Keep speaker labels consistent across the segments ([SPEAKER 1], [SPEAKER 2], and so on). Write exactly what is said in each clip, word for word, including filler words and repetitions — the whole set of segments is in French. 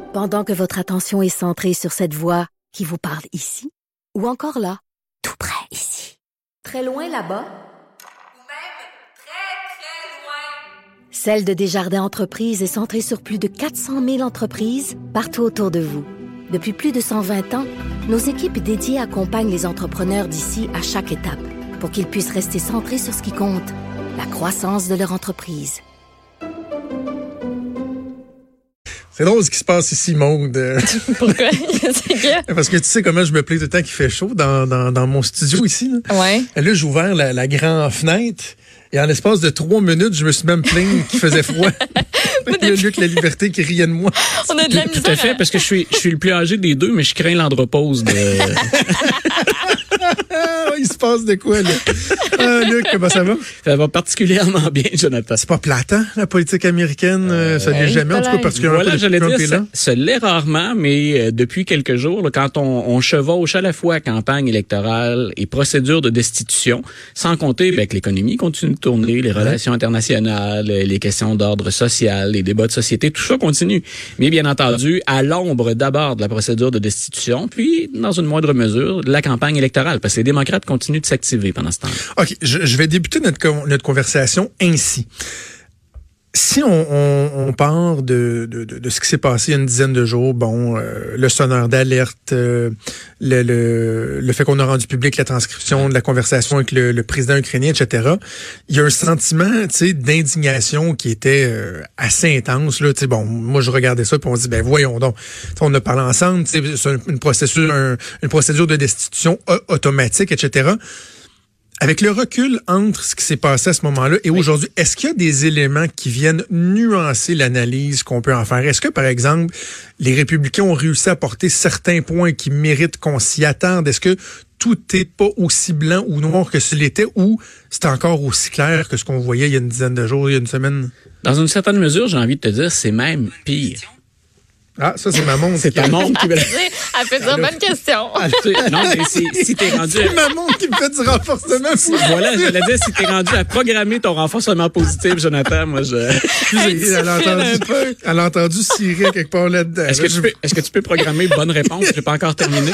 [SPEAKER 1] Pendant que votre attention est centrée sur cette voix qui vous parle ici, ou encore là, tout près ici, très loin là-bas, ou même très, très loin, Celle de Desjardins Entreprises est centrée sur plus de quatre cent mille entreprises partout autour de vous. Depuis plus de cent vingt ans, nos équipes dédiées accompagnent les entrepreneurs d'ici à chaque étape pour qu'ils puissent rester centrés sur ce qui compte, la croissance de leur entreprise.
[SPEAKER 2] C'est drôle ce qui se passe ici, Maude.
[SPEAKER 3] Pourquoi? C'est que...
[SPEAKER 2] Parce que tu sais comment je me plais tout le temps qu'il fait chaud dans, dans, dans mon studio ici. Là,
[SPEAKER 3] ouais.
[SPEAKER 2] là j'ai ouvert la, la grande fenêtre et en l'espace de trois minutes, je me suis même plaint qu'il faisait froid. Il y a Luc La Liberté qui riait de moi.
[SPEAKER 3] On a de la misère.
[SPEAKER 4] Tout à fait, parce que je suis, je suis le plus âgé des deux, mais je crains l'andropause de...
[SPEAKER 2] Il se passe de quoi, là? Ah, Luc, comment ça va?
[SPEAKER 4] Ça va particulièrement bien, Jonathan.
[SPEAKER 2] C'est pas platant, la politique américaine. Euh, ça ne l'est
[SPEAKER 3] hey,
[SPEAKER 2] jamais, en tout cas, particulièrement
[SPEAKER 4] voilà,
[SPEAKER 2] pas
[SPEAKER 4] j'allais
[SPEAKER 2] Trump
[SPEAKER 4] dire,
[SPEAKER 2] est là.
[SPEAKER 4] ça, ça l'est rarement, mais euh, depuis quelques jours, là, quand on, on chevauche à la fois campagne électorale et procédure de destitution, sans compter ben, que l'économie continue de tourner, les relations internationales, les questions d'ordre social, les débats de société, tout ça continue. Mais bien entendu, à l'ombre d'abord de la procédure de destitution, puis, dans une moindre mesure, de la campagne électorale, parce que les démocrates continuent de s'activer pendant ce temps.
[SPEAKER 2] OK, je, je vais débuter notre, notre conversation ainsi. Si on, on, on part de, de, de, de ce qui s'est passé il y a une dizaine de jours, bon, euh, le sonneur d'alerte, euh, le, le, le fait qu'on a rendu public la transcription de la conversation avec le, le président ukrainien, et cetera, il y a un sentiment, tu sais, d'indignation qui était euh, assez intense, là. Tu sais, bon, moi je regardais ça puis on se dit, ben voyons donc, t'sais, on a parlé ensemble, tu sais, c'est une procédure, un, une procédure de destitution automatique, et cetera. Avec le recul entre ce qui s'est passé à ce moment-là et oui. aujourd'hui, est-ce qu'il y a des éléments qui viennent nuancer l'analyse qu'on peut en faire? Est-ce que, par exemple, les républicains ont réussi à porter certains points qui méritent qu'on s'y attarde? Est-ce que tout n'est pas aussi blanc ou noir que ce l'était ou c'est encore aussi clair que ce qu'on voyait il y a une dizaine de jours, il y a une semaine?
[SPEAKER 4] Dans une certaine mesure, j'ai envie de te dire, c'est même pire.
[SPEAKER 2] Ah, ça, c'est ma montre.
[SPEAKER 4] C'est ta montre qui me l'a...
[SPEAKER 3] Elle fait dire bonne question.
[SPEAKER 4] Ah, non, mais si, si t'es rendu...
[SPEAKER 2] C'est ma montre qui me fait du renforcement.
[SPEAKER 4] Si, voilà, j'allais dire, si t'es rendu à programmer ton renforcement positif, Jonathan, moi, je...
[SPEAKER 2] Excusez, elle a entendu, elle a entendu cirer quelque part là-dedans.
[SPEAKER 4] Est-ce que, tu peux, est-ce que tu peux programmer bonne réponse? J'ai pas encore terminé.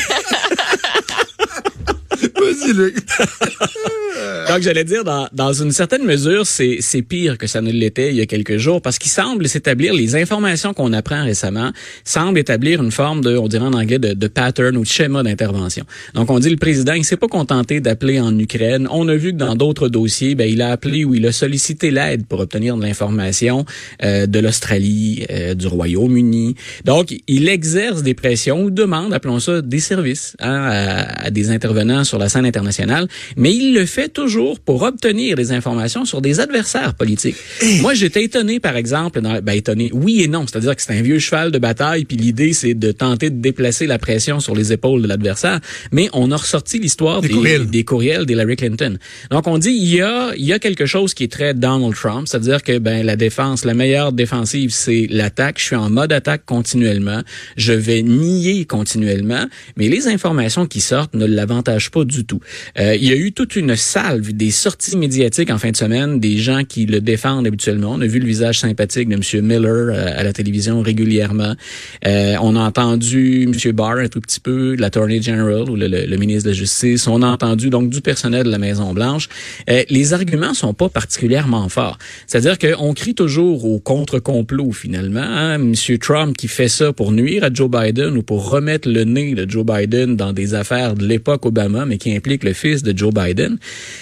[SPEAKER 2] Vas-y, Luc.
[SPEAKER 4] Donc, j'allais dire, dans, dans une certaine mesure, c'est, c'est pire que ça ne l'était il y a quelques jours parce qu'il semble s'établir, les informations qu'on apprend récemment semblent établir une forme de, on dirait en anglais, de, de pattern ou de schéma d'intervention. Donc, on dit le président, il s'est pas contenté d'appeler en Ukraine. On a vu que dans d'autres dossiers, ben, il a appelé ou il a sollicité l'aide pour obtenir de l'information euh, de l'Australie, euh, du Royaume-Uni. Donc, il exerce des pressions ou demande, appelons ça, des services hein, à, à des intervenants sur la scène internationale, mais il le fait toujours pour obtenir des informations sur des adversaires politiques. Hey. Moi, j'étais étonné, par exemple, dans, ben étonné, oui et non, c'est-à-dire que c'est un vieux cheval de bataille, puis l'idée, c'est de tenter de déplacer la pression sur les épaules de l'adversaire, mais on a ressorti l'histoire des, des, courriels. des courriels d'Hillary Clinton. Donc, on dit, il y a, il y a quelque chose qui est très Donald Trump, c'est-à-dire que ben la défense, la meilleure défensive, c'est l'attaque. Je suis en mode attaque continuellement, je vais nier continuellement, mais les informations qui sortent ne l'avantagent pas du tout. Euh, il y a eu toute une salve des sorties médiatiques en fin de semaine, des gens qui le défendent habituellement. On a vu le visage sympathique de M. Miller euh, à la télévision régulièrement. Euh, on a entendu M. Barr un tout petit peu, l'Attorney General ou le, le, le ministre de la Justice. On a entendu donc du personnel de la Maison-Blanche. Euh, les arguments sont pas particulièrement forts. C'est-à-dire qu'on crie toujours au contre-complot finalement. Hein? M. Trump qui fait ça pour nuire à Joe Biden ou pour remettre le nez de Joe Biden dans des affaires de l'époque Obama, mais qui impliquent le fils de Joe Biden.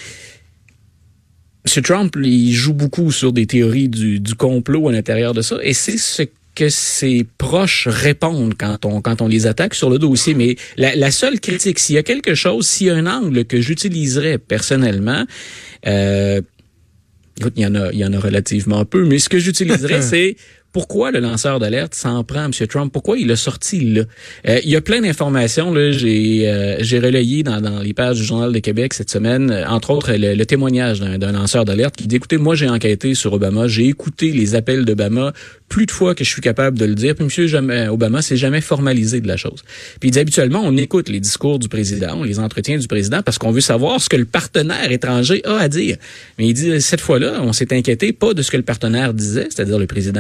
[SPEAKER 4] M. Trump, il joue beaucoup sur des théories du, du complot à l'intérieur de ça, et c'est ce que ses proches répondent quand on quand on les attaque sur le dossier. Mais la, la seule critique, s'il y a quelque chose, s'il y a un angle que j'utiliserais personnellement, euh, écoute, il y en a, il y en a relativement peu, mais ce que j'utiliserais, c'est pourquoi le lanceur d'alerte s'en prend à M. Trump? Pourquoi il l'a sorti là? Euh, il y a plein d'informations. Là, j'ai euh, j'ai relayé dans, dans les pages du Journal de Québec cette semaine, euh, entre autres, le, le témoignage d'un, d'un lanceur d'alerte qui dit, écoutez, moi j'ai enquêté sur Obama, j'ai écouté les appels d'Obama plus de fois que je suis capable de le dire, puis M. Obama s'est jamais formalisé de la chose. Puis il dit, habituellement, on écoute les discours du président, les entretiens du président, parce qu'on veut savoir ce que le partenaire étranger a à dire. Mais il dit, cette fois-là, on s'est inquiété pas de ce que le partenaire disait, c'est-à-dire le président ukrainien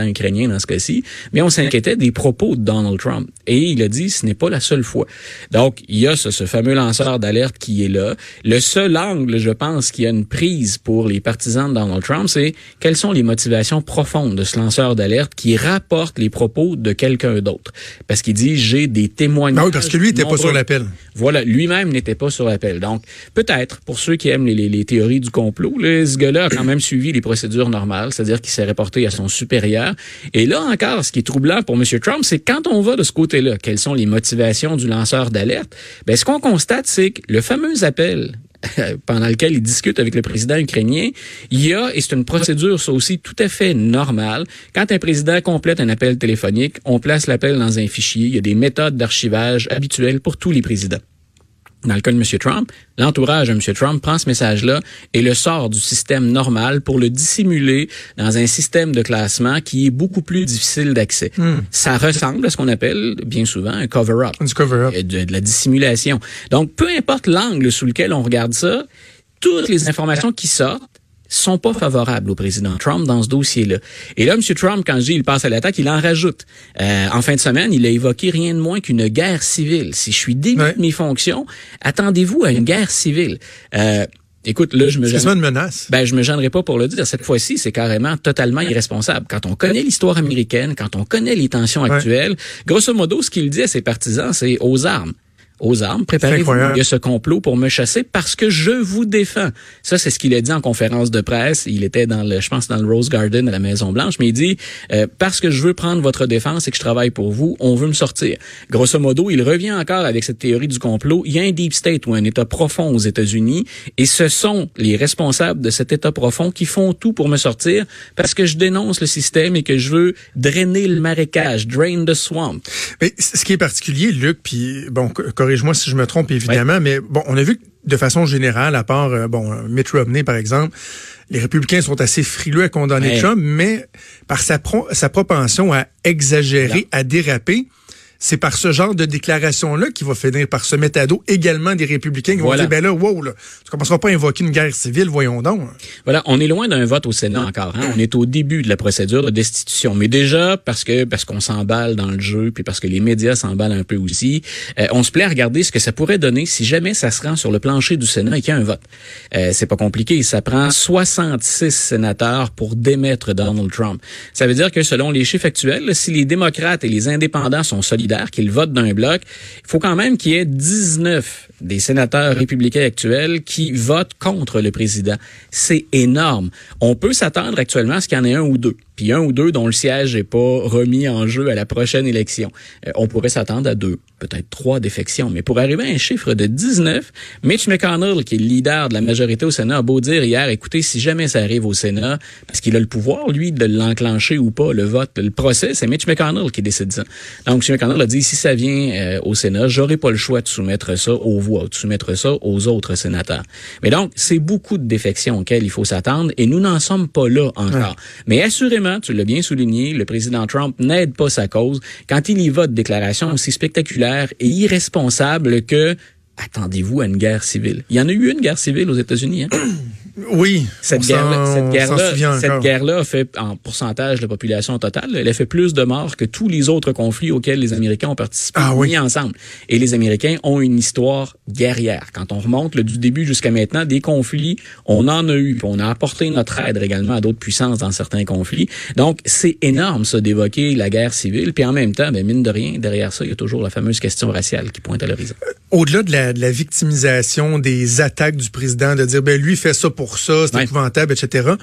[SPEAKER 4] rien dans ce cas-ci, mais on s'inquiétait des propos de Donald Trump. Et il a dit, ce n'est pas la seule fois. Donc, il y a ce, ce fameux lanceur d'alerte qui est là. Le seul angle, je pense, qui a une prise pour les partisans de Donald Trump, c'est quelles sont les motivations profondes de ce lanceur d'alerte qui rapporte les propos de quelqu'un d'autre. Parce qu'il dit, j'ai des témoignages.
[SPEAKER 2] Ah oui, parce que lui n'était pas sur l'appel.
[SPEAKER 4] Voilà, lui-même n'était pas sur l'appel. Donc, peut-être, pour ceux qui aiment les, les, les théories du complot, là, ce gars-là a quand même suivi les procédures normales, c'est-à-dire qu'il s'est reporté à son supérieur. Et là encore, ce qui est troublant pour M. Trump, c'est quand on va de ce côté-là, quelles sont les motivations du lanceur d'alerte, ben, ce qu'on constate, c'est que le fameux appel pendant lequel il discute avec le président ukrainien, il y a, et c'est une procédure, ça aussi, tout à fait normale, quand un président complète un appel téléphonique, on place l'appel dans un fichier. Il y a des méthodes d'archivage habituelles pour tous les présidents. Dans le cas de M. Trump, l'entourage de M. Trump prend ce message-là et le sort du système normal pour le dissimuler dans un système de classement qui est beaucoup plus difficile d'accès. Mm. Ça ressemble à ce qu'on appelle bien souvent un cover-up.
[SPEAKER 2] Du cover-up.
[SPEAKER 4] De, de la dissimulation. Donc, peu importe l'angle sous lequel on regarde ça, toutes les informations qui sortent sont pas favorables au président Trump dans ce dossier-là. Et là, M. Trump, quand je dis il passe à l'attaque, il en rajoute. Euh, en fin de semaine, il a évoqué rien de moins qu'une guerre civile. Si je suis démis ouais. de mes fonctions, attendez-vous à une guerre civile. Euh, Écoute, là, je me
[SPEAKER 2] gêne. C'est une menace.
[SPEAKER 4] Ben, je me gênerai pas pour le dire. Cette fois-ci, c'est carrément totalement irresponsable. Quand on connaît l'histoire américaine, quand on connaît les tensions actuelles, ouais. grosso modo, ce qu'il dit à ses partisans, c'est aux armes. Aux armes, préparez-vous, il y a ce complot pour me chasser parce que je vous défends. Ça, c'est ce qu'il a dit en conférence de presse. Il était dans le, je pense, dans le Rose Garden à la Maison-Blanche, mais il dit, euh, parce que je veux prendre votre défense et que je travaille pour vous, on veut me sortir. Grosso modo, il revient encore avec cette théorie du complot. Il y a un deep state ou un État profond aux États-Unis et ce sont les responsables de cet État profond qui font tout pour me sortir parce que je dénonce le système et que je veux drainer le marécage, drain the swamp.
[SPEAKER 2] Mais ce qui est particulier, Luc, puis bon, corrige-moi si je me trompe, évidemment, ouais. mais bon, on a vu que de façon générale, à part, euh, bon, Mitt Romney, par exemple, les républicains sont assez frileux à condamner ouais. Trump, mais par sa, pro- sa propension à exagérer, yeah. à déraper, c'est par ce genre de déclaration-là qu'il va finir par se mettre à dos également des républicains qui voilà. vont dire, ben là, wow, là, tu commenceras pas à invoquer une guerre civile, voyons donc.
[SPEAKER 4] Voilà, on est loin d'un vote au Sénat encore, hein. On est au début de la procédure de destitution. Mais déjà, parce que, parce qu'on s'emballe dans le jeu, puis parce que les médias s'emballent un peu aussi, euh, on se plaît à regarder ce que ça pourrait donner si jamais ça se rend sur le plancher du Sénat et qu'il y a un vote. Euh, c'est pas compliqué. Ça prend soixante-six sénateurs pour démettre Donald Trump. Ça veut dire que selon les chiffres actuels, si les démocrates et les indépendants sont solidaires, qu'ils votent d'un bloc, il faut quand même qu'il y ait dix-neuf des sénateurs républicains actuels qui votent contre le président. C'est énorme. On peut s'attendre actuellement à ce qu'il y en ait un ou deux. Puis un ou deux dont le siège n'est pas remis en jeu à la prochaine élection. Euh, on pourrait s'attendre à deux, peut-être trois défections. Mais pour arriver à un chiffre de dix-neuf, Mitch McConnell, qui est le leader de la majorité au Sénat, a beau dire hier, écoutez, si jamais ça arrive au Sénat, parce qu'il a le pouvoir, lui, de l'enclencher ou pas, le vote, le procès, c'est Mitch McConnell qui décide ça. Donc, M. McConnell a dit, si ça vient euh, au Sénat, j'aurai pas le choix de soumettre ça aux voix, de soumettre ça aux autres sénateurs. Mais donc, c'est beaucoup de défections auxquelles il faut s'attendre et nous n'en sommes pas là encore. Ouais. Mais assurément, tu l'as bien souligné, le président Trump n'aide pas sa cause quand il y va de déclarations aussi spectaculaires et irresponsables que attendez-vous à une guerre civile. Il y en a eu une guerre civile aux États-Unis, hein?
[SPEAKER 2] Oui.
[SPEAKER 4] Cette guerre-là, cette guerre-là, cette guerre-là a fait, en pourcentage de la population totale, elle a fait plus de morts que tous les autres conflits auxquels les Américains ont participé, ah, oui. mis ensemble. Et les Américains ont une histoire guerrière. Quand on remonte là, du début jusqu'à maintenant, des conflits, on en a eu. Puis on a apporté notre aide également à d'autres puissances dans certains conflits. Donc, c'est énorme, ça, d'évoquer la guerre civile. Puis en même temps, ben, mine de rien, derrière ça, il y a toujours la fameuse question raciale qui pointe à l'horizon.
[SPEAKER 2] Au-delà de la, de la victimisation des attaques du président, de dire, ben lui fait ça pour ça, c'est ouais. épouvantable, et cetera.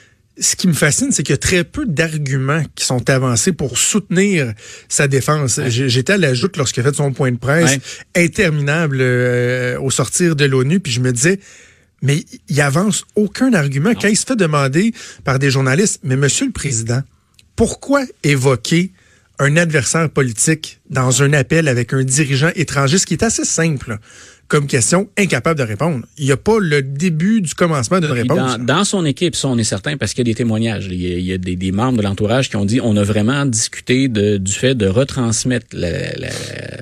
[SPEAKER 2] Ce qui me fascine, c'est qu'il y a très peu d'arguments qui sont avancés pour soutenir sa défense. Ouais. J'étais à la joute lorsqu'il a fait son point de presse ouais. interminable euh, au sortir de l'ONU, puis je me disais, mais il avance aucun argument. Non. Quand il se fait demander par des journalistes, mais Monsieur le Président, pourquoi évoquer un adversaire politique dans un appel avec un dirigeant étranger, ce qui est assez simple comme question, incapable de répondre. Il n'y a pas le début du commencement d'une réponse.
[SPEAKER 4] Dans, dans son équipe, ça, on est certain, parce qu'il y a des témoignages. Il y a, il y a des, des membres de l'entourage qui ont dit on a vraiment discuté de, du fait de retransmettre la, la,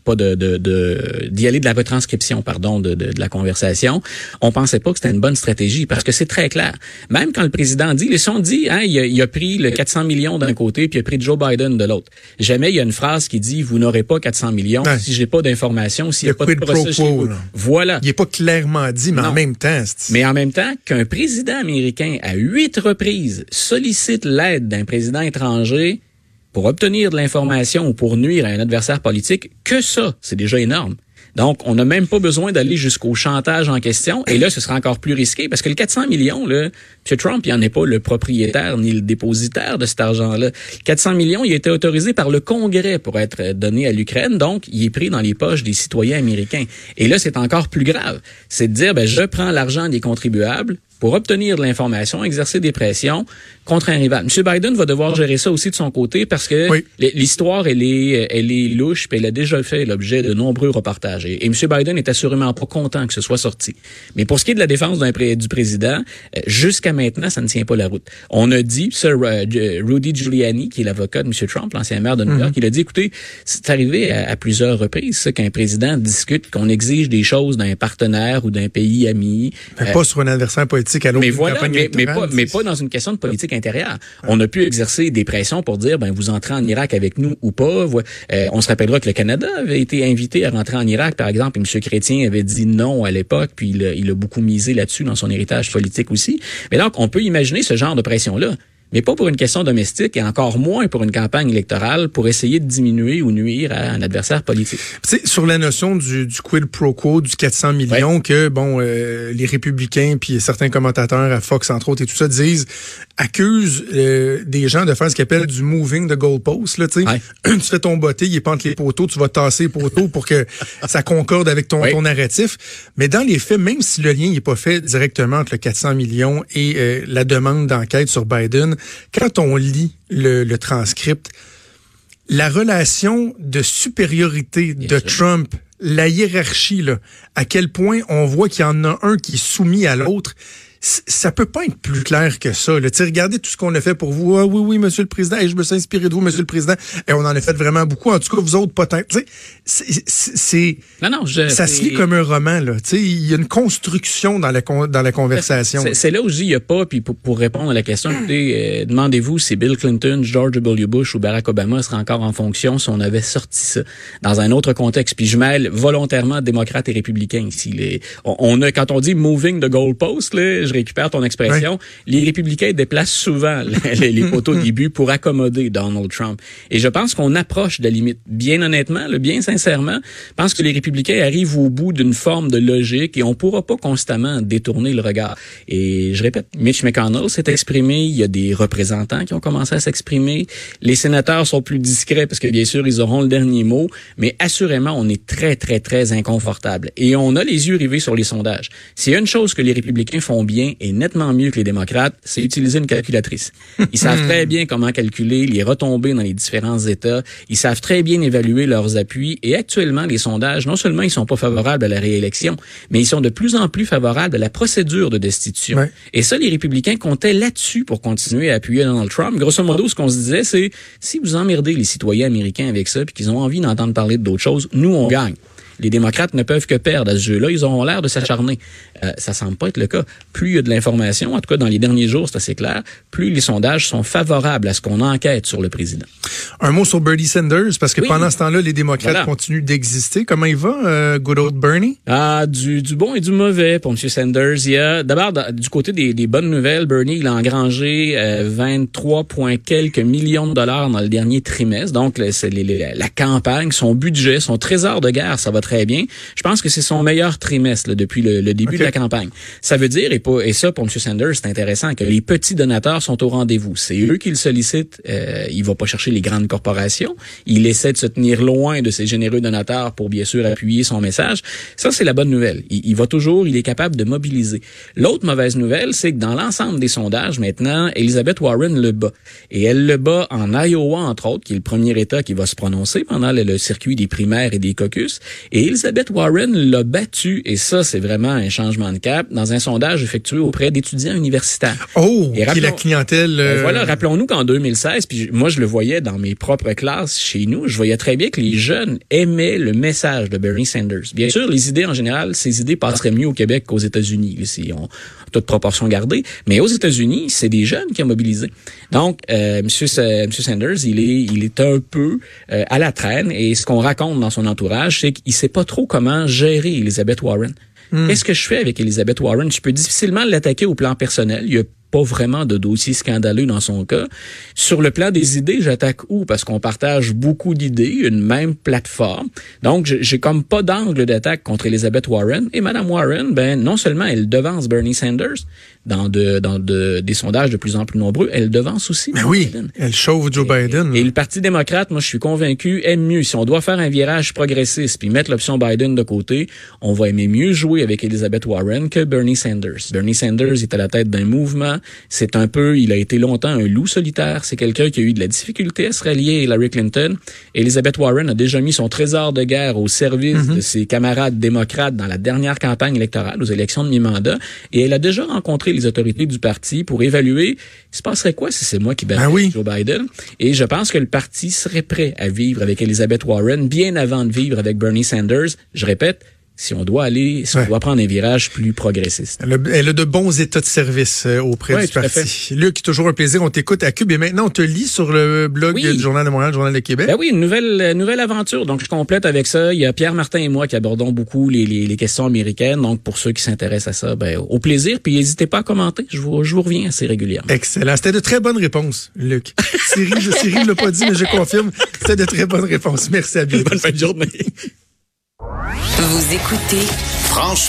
[SPEAKER 4] pas de, de, de, d'y aller de la retranscription, pardon, de, de, de la conversation. On pensait pas que c'était une bonne stratégie parce que c'est très clair. Même quand le président dit, les on dit, hein, il a, il a pris le quatre cents millions d'un côté puis il a pris Joe Biden de l'autre. Jamais il y a une phrase qui dit, vous n'aurez pas quatre cents millions ouais. si j'ai pas d'informations, s'il n'y a pas de procès chez vous. Voilà.
[SPEAKER 2] Il est pas clairement dit, mais non. en même temps. C'est...
[SPEAKER 4] Mais en même temps, qu'un président américain à huit reprises sollicite l'aide d'un président étranger pour obtenir de l'information ou pour nuire à un adversaire politique, que ça, c'est déjà énorme. Donc, on n'a même pas besoin d'aller jusqu'au chantage en question. Et là, ce sera encore plus risqué parce que le quatre cents millions, là, M. Trump, il n'en est pas le propriétaire ni le dépositaire de cet argent-là. quatre cents millions, il a été autorisé par le Congrès pour être donné à l'Ukraine. Donc, il est pris dans les poches des citoyens américains. Et là, c'est encore plus grave. C'est de dire, ben, je prends l'argent des contribuables pour obtenir de l'information, exercer des pressions contre un rival. M. Biden va devoir gérer ça aussi de son côté parce que oui. l'histoire, elle est, elle est louche, puis elle a déjà fait l'objet de nombreux reportages. Et, et M. Biden est assurément pas content que ce soit sorti. Mais pour ce qui est de la défense d'un pré, du président, jusqu'à maintenant, ça ne tient pas la route. On a dit, Sir uh, Rudy Giuliani, qui est l'avocat de M. Trump, l'ancien maire de New York, mm-hmm. il a dit, écoutez, c'est arrivé à, à plusieurs reprises ça, qu'un président discute, qu'on exige des choses d'un partenaire ou d'un pays ami.
[SPEAKER 2] Mais euh, pas sur un adversaire politique.
[SPEAKER 4] Mais voilà, mais, mais, pas, mais pas dans une question de politique intérieure. Ouais. On a pu exercer des pressions pour dire, ben vous entrez en Irak avec nous ou pas. Euh, on se rappellera que le Canada avait été invité à rentrer en Irak, par exemple, et M. Chrétien avait dit non à l'époque, puis il a, il a beaucoup misé là-dessus dans son héritage politique aussi. Mais donc, on peut imaginer ce genre de pression-là. Mais pas pour une question domestique et encore moins pour une campagne électorale pour essayer de diminuer ou nuire à un adversaire politique.
[SPEAKER 2] Tu sais, sur la notion du, du quid pro quo, du quatre cents millions, ouais. que bon, euh, les républicains puis certains commentateurs à Fox, entre autres, et tout ça, disent, accusent euh, des gens de faire ce qu'ils appellent du moving the goalpost. Là, tu sais, ouais. tu fais ton botté, il est pas entre les poteaux, tu vas tasser les poteaux pour que ça concorde avec ton, ouais. ton narratif. Mais dans les faits, même si le lien n'est pas fait directement entre le quatre cents millions et euh, la demande d'enquête sur Biden, quand on lit le, le transcript, la relation de supériorité Bien de sûr. Trump, la hiérarchie, là, à quel point on voit qu'il y en a un qui est soumis à l'autre, ça peut pas être plus clair que ça. Là. Regardez tout ce qu'on a fait pour vous. Ah oui, oui, Monsieur le Président. Et je me suis inspiré de vous, Monsieur le Président. Et on en a fait vraiment beaucoup. En tout cas, vous autres, peut-être. C'est, c'est, non, non, je, ça se lit comme un roman. Là. Il y a une construction dans la, dans la conversation.
[SPEAKER 4] C'est, c'est là où je dis il n'y a pas. Puis pour, pour répondre à la question, écoutez, euh, demandez-vous si Bill Clinton, George W. Bush ou Barack Obama seraient encore en fonction si on avait sorti ça dans un autre contexte. Puis je mêle volontairement démocrates et républicains ici. Les, on, on a, quand on dit moving the goalpost, là, je récupère ton expression, oui. les républicains déplacent souvent les, les poteaux des buts pour accommoder Donald Trump. Et je pense qu'on approche de la limite. Bien honnêtement, le bien sincèrement, je pense que les républicains arrivent au bout d'une forme de logique et on pourra pas constamment détourner le regard. Et je répète, Mitch McConnell s'est exprimé, il y a des représentants qui ont commencé à s'exprimer, les sénateurs sont plus discrets parce que bien sûr, ils auront le dernier mot, mais assurément, on est très, très, très inconfortable. Et on a les yeux rivés sur les sondages. S'il y a une chose que les républicains font bien et nettement mieux que les démocrates, c'est utiliser une calculatrice. Ils savent très bien comment calculer les retombées dans les différents États. Ils savent très bien évaluer leurs appuis. Et actuellement, les sondages, non seulement ils sont pas favorables à la réélection, mais ils sont de plus en plus favorables à la procédure de destitution. Ouais. Et ça, les républicains comptaient là-dessus pour continuer à appuyer Donald Trump. Grosso modo, ce qu'on se disait, c'est si vous emmerdez les citoyens américains avec ça puis qu'ils ont envie d'entendre parler d'autres choses, nous, on gagne. Les démocrates ne peuvent que perdre à ce jeu-là. Ils auront l'air de s'acharner. Euh, ça semble pas être le cas. Plus il y a de l'information, en tout cas dans les derniers jours, c'est assez clair, plus les sondages sont favorables à ce qu'on enquête sur le président.
[SPEAKER 2] Un mot sur Bernie Sanders, parce que oui. pendant ce temps-là, les démocrates voilà. continuent d'exister. Comment il va, euh, good old Bernie?
[SPEAKER 4] Ah, du, du bon et du mauvais pour M. Sanders. Il y a, d'abord, du côté des, des bonnes nouvelles, Bernie, il a engrangé euh, vingt-trois points quelques millions de dollars dans le dernier trimestre. Donc, c'est les, les, la campagne, son budget, son trésor de guerre, ça va très bien. Je pense que c'est son meilleur trimestre là, depuis le, le début okay. de la campagne. Ça veut dire, et, pas, et ça pour M. Sanders, c'est intéressant, que les petits donateurs sont au rendez-vous. C'est eux qui le sollicitent. Euh, il va pas chercher les grandes corporations. Il essaie de se tenir loin de ces généreux donateurs pour bien sûr appuyer son message. Ça, c'est la bonne nouvelle. Il, il va toujours, il est capable de mobiliser. L'autre mauvaise nouvelle, c'est que dans l'ensemble des sondages, maintenant, Elizabeth Warren le bat. Et elle le bat en Iowa, entre autres, qui est le premier État qui va se prononcer pendant le, le circuit des primaires et des caucus. Et Elizabeth Warren l'a battu, et ça, c'est vraiment un changement de cap, dans un sondage effectué auprès d'étudiants universitaires.
[SPEAKER 2] Oh, et qui est la clientèle... Euh...
[SPEAKER 4] Ben voilà, rappelons-nous qu'en deux mille seize, puis moi, je le voyais dans mes propres classes chez nous, je voyais très bien que les jeunes aimaient le message de Bernie Sanders. Bien sûr, les idées, en général, ces idées passeraient mieux au Québec qu'aux États-Unis, si on toute proportion gardée. Mais aux États-Unis, c'est des jeunes qui ont mobilisé. Donc, euh, Monsieur, euh, Monsieur Sanders, il est, il est un peu euh, à la traîne. Et ce qu'on raconte dans son entourage, c'est qu'il sait pas trop comment gérer Elizabeth Warren. Hmm. Qu'est-ce que je fais avec Elizabeth Warren? Je peux difficilement l'attaquer au plan personnel. Il y a pas vraiment de dossier scandaleux dans son cas. Sur le plan des idées, j'attaque où? Parce qu'on partage beaucoup d'idées, une même plateforme. Donc, j'ai comme pas d'angle d'attaque contre Elizabeth Warren. Et Madame Warren, ben, non seulement elle devance Bernie Sanders dans de, dans de, des sondages de plus en plus nombreux, elle devance aussi
[SPEAKER 2] Mais
[SPEAKER 4] Joe
[SPEAKER 2] oui,
[SPEAKER 4] Biden.
[SPEAKER 2] Elle chauffe Joe
[SPEAKER 4] et,
[SPEAKER 2] Biden.
[SPEAKER 4] Et, et le Parti démocrate, moi, je suis convaincu, aime mieux. Si on doit faire un virage progressiste puis mettre l'option Biden de côté, on va aimer mieux jouer avec Elizabeth Warren que Bernie Sanders. Bernie Sanders est à la tête d'un mouvement. C'est un peu, il a été longtemps un loup solitaire. C'est quelqu'un qui a eu de la difficulté à se rallier à Hillary Clinton. Elizabeth Warren a déjà mis son trésor de guerre au service mm-hmm. de ses camarades démocrates dans la dernière campagne électorale, aux élections de mi-mandat. Et elle a déjà rencontré les autorités du parti pour évaluer il se passerait quoi si c'est moi qui battais
[SPEAKER 2] ben oui.
[SPEAKER 4] Joe Biden. Et je pense que le parti serait prêt à vivre avec Elizabeth Warren bien avant de vivre avec Bernie Sanders. Je répète, si on doit aller, si ouais. on doit prendre un virage plus progressiste.
[SPEAKER 2] Elle a, elle a de bons états de service euh, auprès
[SPEAKER 4] ouais,
[SPEAKER 2] du parti. Luc, toujours un plaisir. On t'écoute à Cube et maintenant on te lit sur le blog oui. du Journal de Montréal, du Journal de Québec.
[SPEAKER 4] Ben oui, une nouvelle nouvelle aventure. Donc je complète avec ça. Il y a Pierre Martin et moi qui abordons beaucoup les, les, les questions américaines. Donc pour ceux qui s'intéressent à ça, ben au plaisir. Puis n'hésitez pas à commenter. Je vous, je vous reviens assez régulièrement.
[SPEAKER 2] Excellent. C'était de très bonnes réponses, Luc. Cyril, Cyril l'a pas dit, mais je confirme. C'était de très bonnes réponses. Merci à bientôt.
[SPEAKER 4] Bonne fin de journée.
[SPEAKER 1] Vous écoutez
[SPEAKER 5] Franchement.